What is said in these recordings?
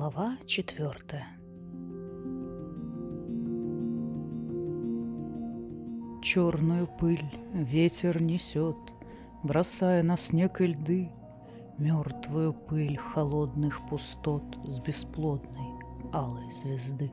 Глава 4. Черную пыль ветер несет, бросая на снег и льды, мертвую пыль холодных пустот с бесплодной алой звезды.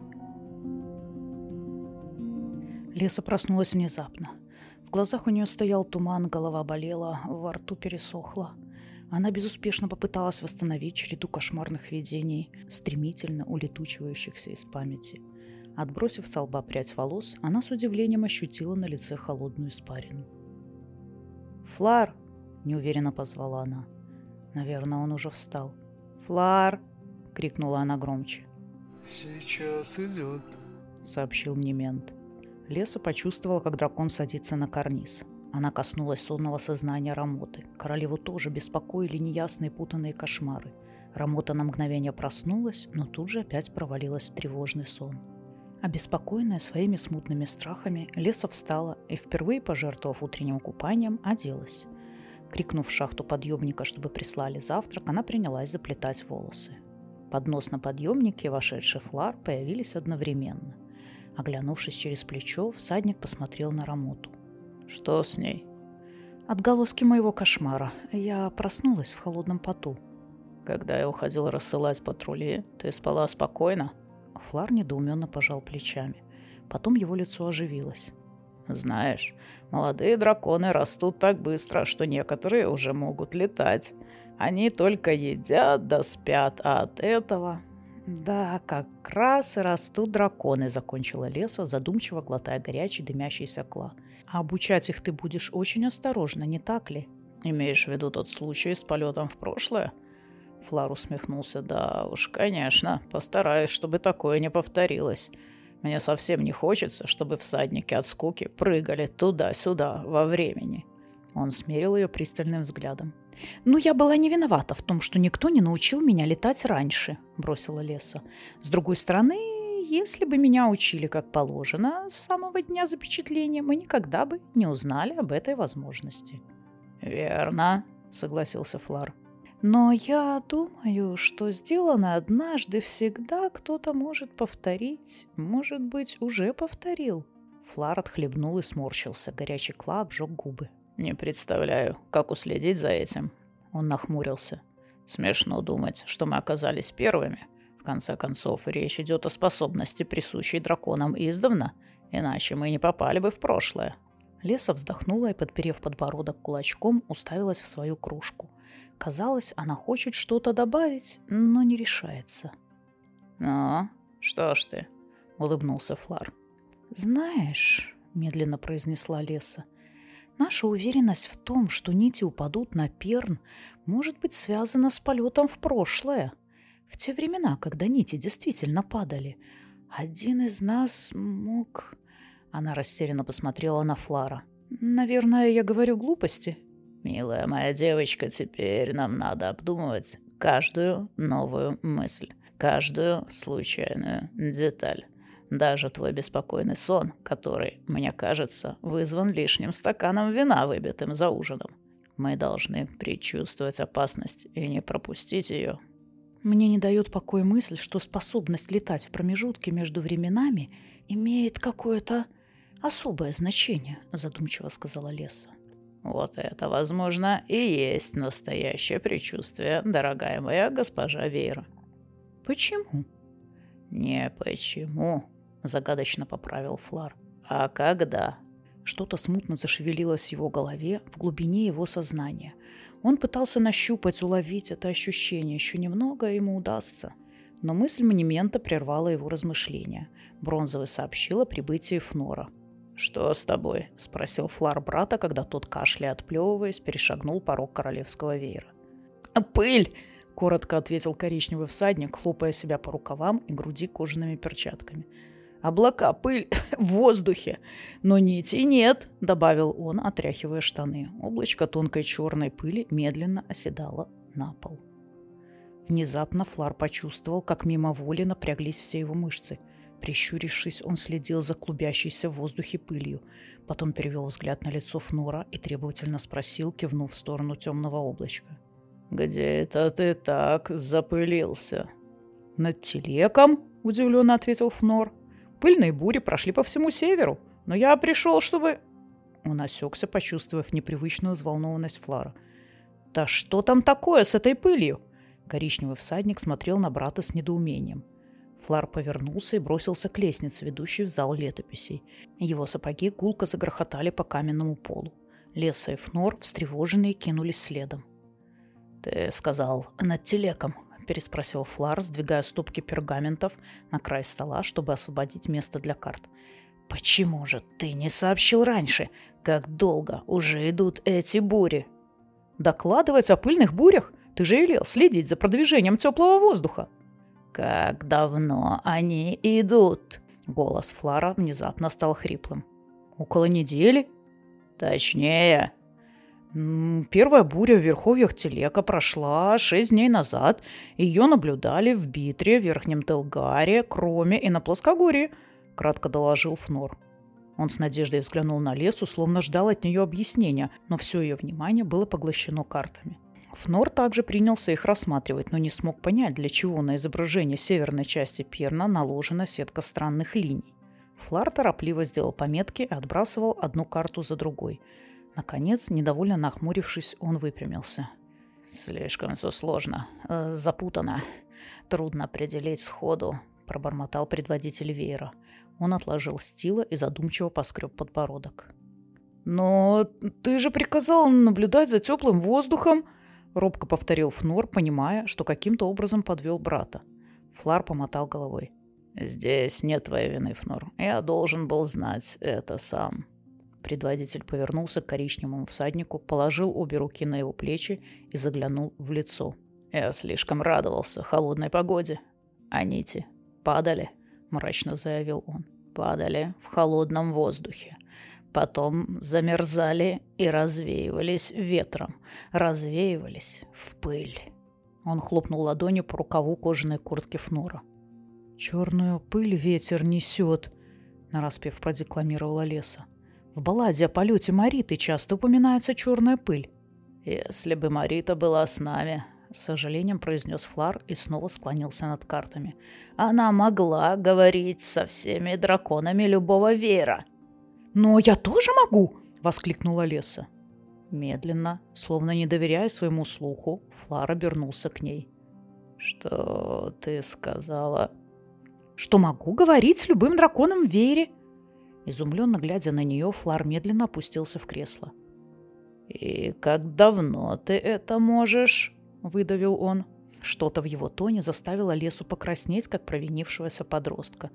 Леса проснулась внезапно. В глазах у нее стоял туман, голова болела, во рту пересохло. Она безуспешно попыталась восстановить череду кошмарных видений, стремительно улетучивающихся из памяти. Отбросив со лба прядь волос, она с удивлением ощутила на лице холодную испарину. «Флар!» – неуверенно позвала она. Наверное, он уже встал. «Флар!» – крикнула она громче. «Сейчас идет», – сообщил мне мент. Леса почувствовала, как дракон садится на карниз. Она коснулась сонного сознания Рамоты. Королеву тоже беспокоили неясные путанные кошмары. Рамота на мгновение проснулась, но тут же опять провалилась в тревожный сон. Обеспокоенная своими смутными страхами, Леса встала и, впервые пожертвовав утренним купанием, оделась. Крикнув в шахту подъемника, чтобы прислали завтрак, она принялась заплетать волосы. Поднос на подъемнике и вошедший Флар появились одновременно. Оглянувшись через плечо, всадник посмотрел на Рамоту. «Что с ней?» «Отголоски моего кошмара. Я проснулась в холодном поту». «Когда я уходил рассылать патрули, ты спала спокойно?» Флар недоуменно пожал плечами. Потом его лицо оживилось. «Знаешь, молодые драконы растут так быстро, что некоторые уже могут летать. Они только едят да спят, а от этого...» «Да, как раз и растут драконы», — закончила Леса, задумчиво глотая горячий дымящийся кла. «А обучать их ты будешь очень осторожно, не так ли?» «Имеешь в виду тот случай с полетом в прошлое?» Флар усмехнулся. «Да уж, конечно. Постараюсь, чтобы такое не повторилось. Мне совсем не хочется, чтобы всадники от скуки прыгали туда-сюда во времени». Он смерил ее пристальным взглядом. «Ну, я была не виновата в том, что никто не научил меня летать раньше», — бросила Леса. «С другой стороны, если бы меня учили как положено, с самого дня запечатления мы никогда бы не узнали об этой возможности». «Верно», — согласился Флар. «Но я думаю, что сделано однажды всегда кто-то может повторить. Может быть, уже повторил». Флар отхлебнул и сморщился. Горячий кла обжег губы. «Не представляю, как уследить за этим». Он нахмурился. «Смешно думать, что мы оказались первыми. В конце концов, речь идет о способности, присущей драконам издавна, иначе мы не попали бы в прошлое». Леса вздохнула и, подперев подбородок кулачком, уставилась в свою кружку. Казалось, она хочет что-то добавить, но не решается. «Ну, что ж ты?» — улыбнулся Флар. «Знаешь», — медленно произнесла Леса, наша уверенность в том, что нити упадут на Перн, может быть связана с полетом в прошлое. В те времена, когда нити действительно падали, один из нас мог...» Она растерянно посмотрела на Флара. «Наверное, я говорю глупости?» «Милая моя девочка, теперь нам надо обдумывать каждую новую мысль, каждую случайную деталь. Даже твой беспокойный сон, который, мне кажется, вызван лишним стаканом вина, выпитым за ужином. Мы должны предчувствовать опасность и не пропустить ее». «Мне не дает покоя мысль, что способность летать в промежутке между временами имеет какое-то особое значение», — задумчиво сказала Леса. «Вот это, возможно, и есть настоящее предчувствие, дорогая моя госпожа Вейра». «Почему?» «Не почему», — загадочно поправил Флар. «А когда?» Что-то смутно зашевелилось в его голове, в глубине его сознания. Он пытался нащупать, уловить это ощущение. Еще немного ему удастся. Но мысль Манимента прервала его размышления. Бронзовый сообщил о прибытии Фнора. «Что с тобой?» — спросил Флар брата, когда тот, кашляя отплевываясь, перешагнул порог королевского веера. «Пыль!» — коротко ответил коричневый всадник, хлопая себя по рукавам и груди кожаными перчатками. «Облака, пыль в воздухе! Но нитей нет!» — добавил он, отряхивая штаны. Облачко тонкой черной пыли медленно оседало на пол. Внезапно Флар почувствовал, как мимо воли напряглись все его мышцы. Прищурившись, он следил за клубящейся в воздухе пылью. Потом перевел взгляд на лицо Фнора и требовательно спросил, кивнув в сторону темного облачка. «Где это ты так запылился?» «Над Телеком?» – удивленно ответил Фнор. «Пыльные бури прошли по всему северу, но я пришел, чтобы...» Он осекся, почувствовав непривычную взволнованность Флара. «Да что там такое с этой пылью?» Коричневый всадник смотрел на брата с недоумением. Флар повернулся и бросился к лестнице, ведущей в зал летописей. Его сапоги гулко загрохотали по каменному полу. Леса и Фнор, встревоженные, кинулись следом. «Ты сказал, над Телеком?» – переспросил Флар, сдвигая стопки пергаментов на край стола, чтобы освободить место для карт. «Почему же ты не сообщил раньше, как долго уже идут эти бури?» «Докладывать о пыльных бурях? Ты же велел следить за продвижением теплого воздуха». «Как давно они идут?» Голос Флара внезапно стал хриплым. «Около недели?» «Точнее?» «Первая буря в верховьях Телека прошла 6 дней назад. Ее наблюдали в Битре, Верхнем Телгаре, Кроме и на Плоскогорье», — кратко доложил Фнор. Он с надеждой взглянул на Лесу, словно ждал от нее объяснения, но все ее внимание было поглощено картами. Фнор также принялся их рассматривать, но не смог понять, для чего на изображение северной части Перна наложена сетка странных линий. Флар торопливо сделал пометки и отбрасывал одну карту за другой. Наконец, недовольно нахмурившись, он выпрямился. «Слишком все сложно, запутано, трудно определить сходу», – пробормотал предводитель веера. Он отложил стила и задумчиво поскреб подбородок. «Но ты же приказал наблюдать за теплым воздухом», — робко повторил Фнор, понимая, что каким-то образом подвел брата. Флар помотал головой. «Здесь нет твоей вины, Фнор. Я должен был знать это сам». Предводитель повернулся к коричневому всаднику, положил обе руки на его плечи и заглянул в лицо. «Я слишком радовался холодной погоде. А нити падали», — мрачно заявил он. «Падали в холодном воздухе. Потом замерзали и развеивались ветром. Развеивались в пыль». Он хлопнул ладонью по рукаву кожаной куртки Фнора. «Черную пыль ветер несет», — нараспев продекламировала Леса. «В балладе о полете Мариты часто упоминается черная пыль». «Если бы Марита была с нами», — с сожалением произнес Флар и снова склонился над картами. «Она могла говорить со всеми драконами любого веера». «Но я тоже могу!» — воскликнула Леса. Медленно, словно не доверяя своему слуху, Флар обернулся к ней. «Что ты сказала?» «Что могу говорить с любым драконом в веере». Изумленно глядя на нее, Флар медленно опустился в кресло. «И как давно ты это можешь?» — выдавил он. Что-то в его тоне заставило Лесу покраснеть, как провинившегося подростка.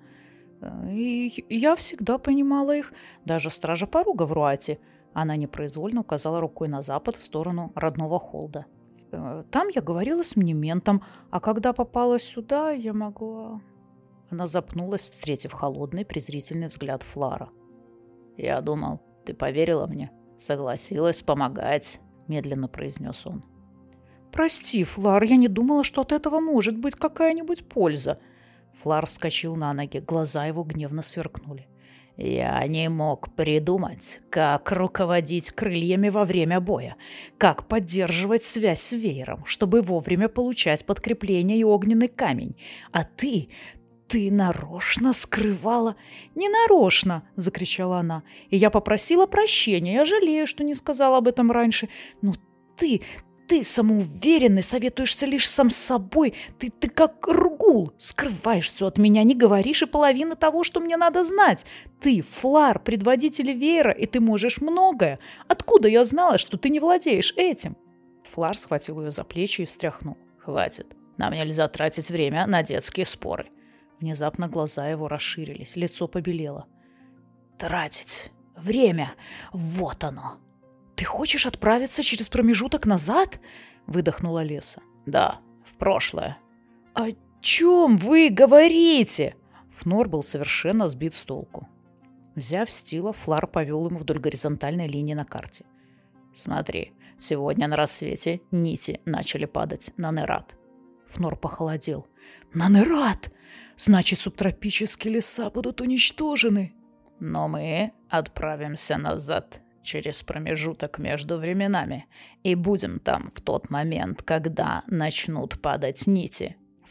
«И я всегда понимала их, даже стража порога в Руате». Она непроизвольно указала рукой на запад в сторону родного Холда. «Там я говорила с Мнементом, а когда попала сюда, я могла...» Она запнулась, встретив холодный, презрительный взгляд Флара. «Я думал, ты поверила мне, согласилась помогать», — медленно произнес он. «Прости, Флар, я не думала, что от этого может быть какая-нибудь польза». Флар вскочил на ноги, глаза его гневно сверкнули. «Я не мог придумать, как руководить крыльями во время боя, как поддерживать связь с веером, чтобы вовремя получать подкрепление и огненный камень. А ты нарочно скрывала...» «Не нарочно!» — закричала она. «И я попросила прощения. Я жалею, что не сказала об этом раньше. Но ты самоуверенный, советуешься лишь сам с собой. Ты как Ргул, скрываешь все от меня, не говоришь и половины того, что мне надо знать. Ты Флар, предводитель веера, и ты можешь многое. Откуда я знала, что ты не владеешь этим?» Флар схватил ее за плечи и встряхнул. «Хватит. Нам нельзя тратить время на детские споры». Внезапно глаза его расширились, лицо побелело. «Тратить время! Вот оно!» «Ты хочешь отправиться через промежуток назад?» — выдохнула Леса. «Да, в прошлое». «О чем вы говорите?» Фнор был совершенно сбит с толку. Взяв стила, Флар повел ему вдоль горизонтальной линии на карте. «Смотри, сегодня на рассвете нити начали падать на Нерат». Фнор похолодел. «На Нерат! Значит, субтропические леса будут уничтожены». «Но мы отправимся назад через промежуток между временами и будем там в тот момент, когда начнут падать нити».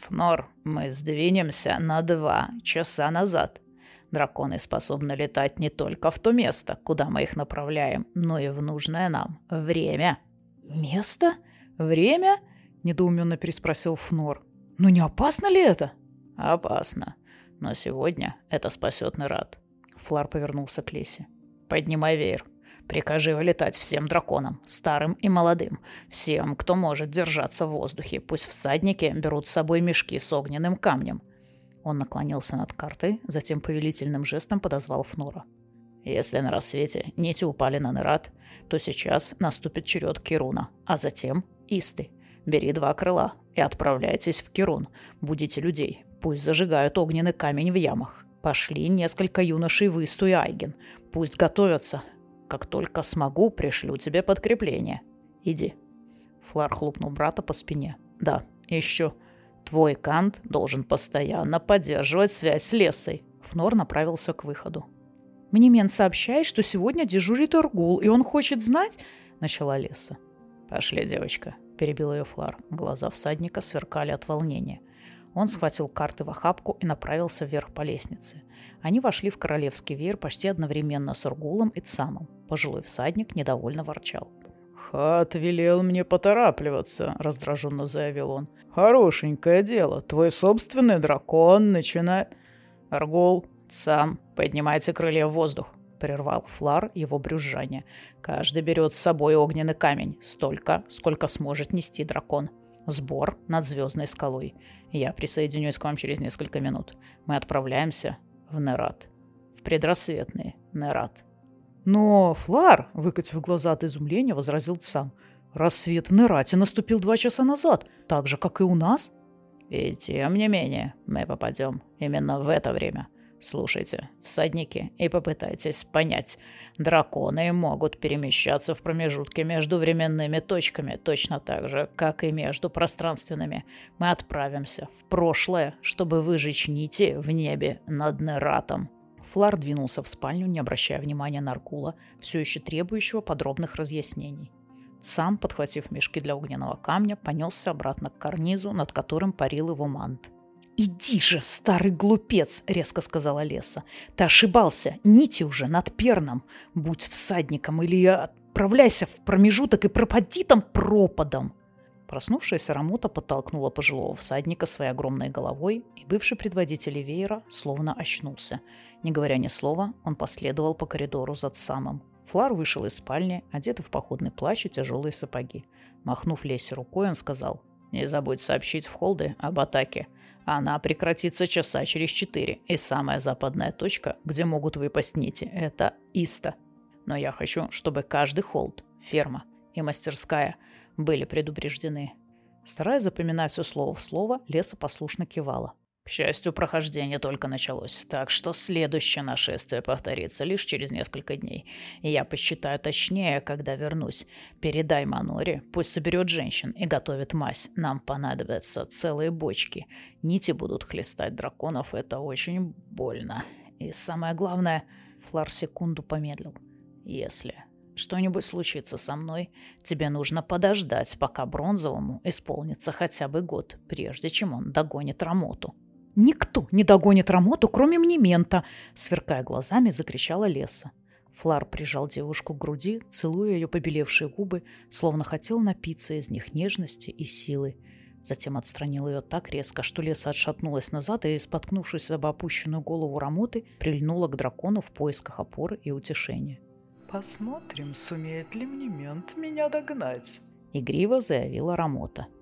«Фнор, мы сдвинемся на 2 часа назад. Драконы способны летать не только в то место, куда мы их направляем, но и в нужное нам время». «Место? Время?» — недоуменно переспросил Фнор. «Ну не опасно ли это?» «Опасно. Но сегодня это спасет Нерат». Флар повернулся к Лесе. «Поднимай веер. Прикажи вылетать всем драконам, старым и молодым, всем, кто может держаться в воздухе. Пусть всадники берут с собой мешки с огненным камнем». Он наклонился над картой, затем повелительным жестом подозвал Фнора. «Если на рассвете нити упали на Нерат, то сейчас наступит черед Кируна, а затем Исты. Бери 2 крыла и отправляйтесь в Кирун. Будите людей, пусть зажигают огненный камень в ямах. Пошли несколько юношей в Исту и Айген. Пусть готовятся. Как только смогу, пришлю тебе подкрепление. Иди». Флар хлопнул брата по спине. «Да, еще. Твой Кант должен постоянно поддерживать связь с Лесой». Фнор направился к выходу. «Мне мент сообщает, что сегодня дежурит Эргул, и он хочет знать...» — начала Леса. «Пошли, девочка», — перебил ее Флар. Глаза всадника сверкали от волнения. Он схватил карты в охапку и направился вверх по лестнице. Они вошли в королевский веер почти одновременно с Эргулом и Цамом. Пожилой всадник недовольно ворчал. «Хат велел мне поторапливаться», — раздраженно заявил он. «Хорошенькое дело. Твой собственный дракон начинает...» «Эргул, Цам, поднимайте крылья в воздух», — прервал Флар его брюзжание. «Каждый берет с собой огненный камень. Столько, сколько сможет нести дракон. Сбор над Звездной скалой. Я присоединюсь к вам через несколько минут. Мы отправляемся в Нерат. В предрассветный Нерат». «Но, Флар», — выкатив глаза от изумления, возразил Цам, «рассвет в Нерате наступил 2 часа назад, так же, как и у нас». «И тем не менее мы попадем именно в это время. Слушайте, всадники, и попытайтесь понять. Драконы могут перемещаться в промежутке между временными точками, точно так же, как и между пространственными. Мы отправимся в прошлое, чтобы выжечь нити в небе над Нератом». Флар двинулся в спальню, не обращая внимания на Эргула, все еще требующего подробных разъяснений. Сам, подхватив мешки для огненного камня, понесся обратно к карнизу, над которым парил его мант. «Иди же, старый глупец!» — резко сказала Леса. «Ты ошибался. Нити уже над Перном. Будь всадником или отправляйся в промежуток и пропади там пропадом!» Проснувшаяся Рамота подтолкнула пожилого всадника своей огромной головой, и бывший предводитель веера словно очнулся. Не говоря ни слова, он последовал по коридору за Цамом. Флар вышел из спальни, одетый в походный плащ и тяжелые сапоги. Махнув Лесе рукой, он сказал: «Не забудь сообщить в Холды об атаке. Она прекратится часа через 4, и самая западная точка, где могут выпасть нити, это Иста. Но я хочу, чтобы каждый Холд, ферма и мастерская были предупреждены». Стараясь запоминать все слово в слово, Леса послушно кивала. «К счастью, прохождение только началось, так что следующее нашествие повторится лишь через несколько дней. И я посчитаю точнее, когда вернусь. Передай Маноре, пусть соберет женщин и готовит мазь. Нам понадобятся целые бочки. Нити будут хлестать драконов, это очень больно. И самое главное...» Флар секунду помедлил. «Если что-нибудь случится со мной, тебе нужно подождать, пока Бронзовому исполнится хотя бы год, прежде чем он догонит Рамоту». «Никто не догонит Рамоту, кроме Мнемента!» — сверкая глазами, закричала Леса. Флар прижал девушку к груди, целуя ее побелевшие губы, словно хотел напиться из них нежности и силы. Затем отстранил ее так резко, что Леса отшатнулась назад и, споткнувшись об опущенную голову Рамоты, прильнула к дракону в поисках опоры и утешения. «Посмотрим, сумеет ли Мнемент меня догнать», — игриво заявила Рамота.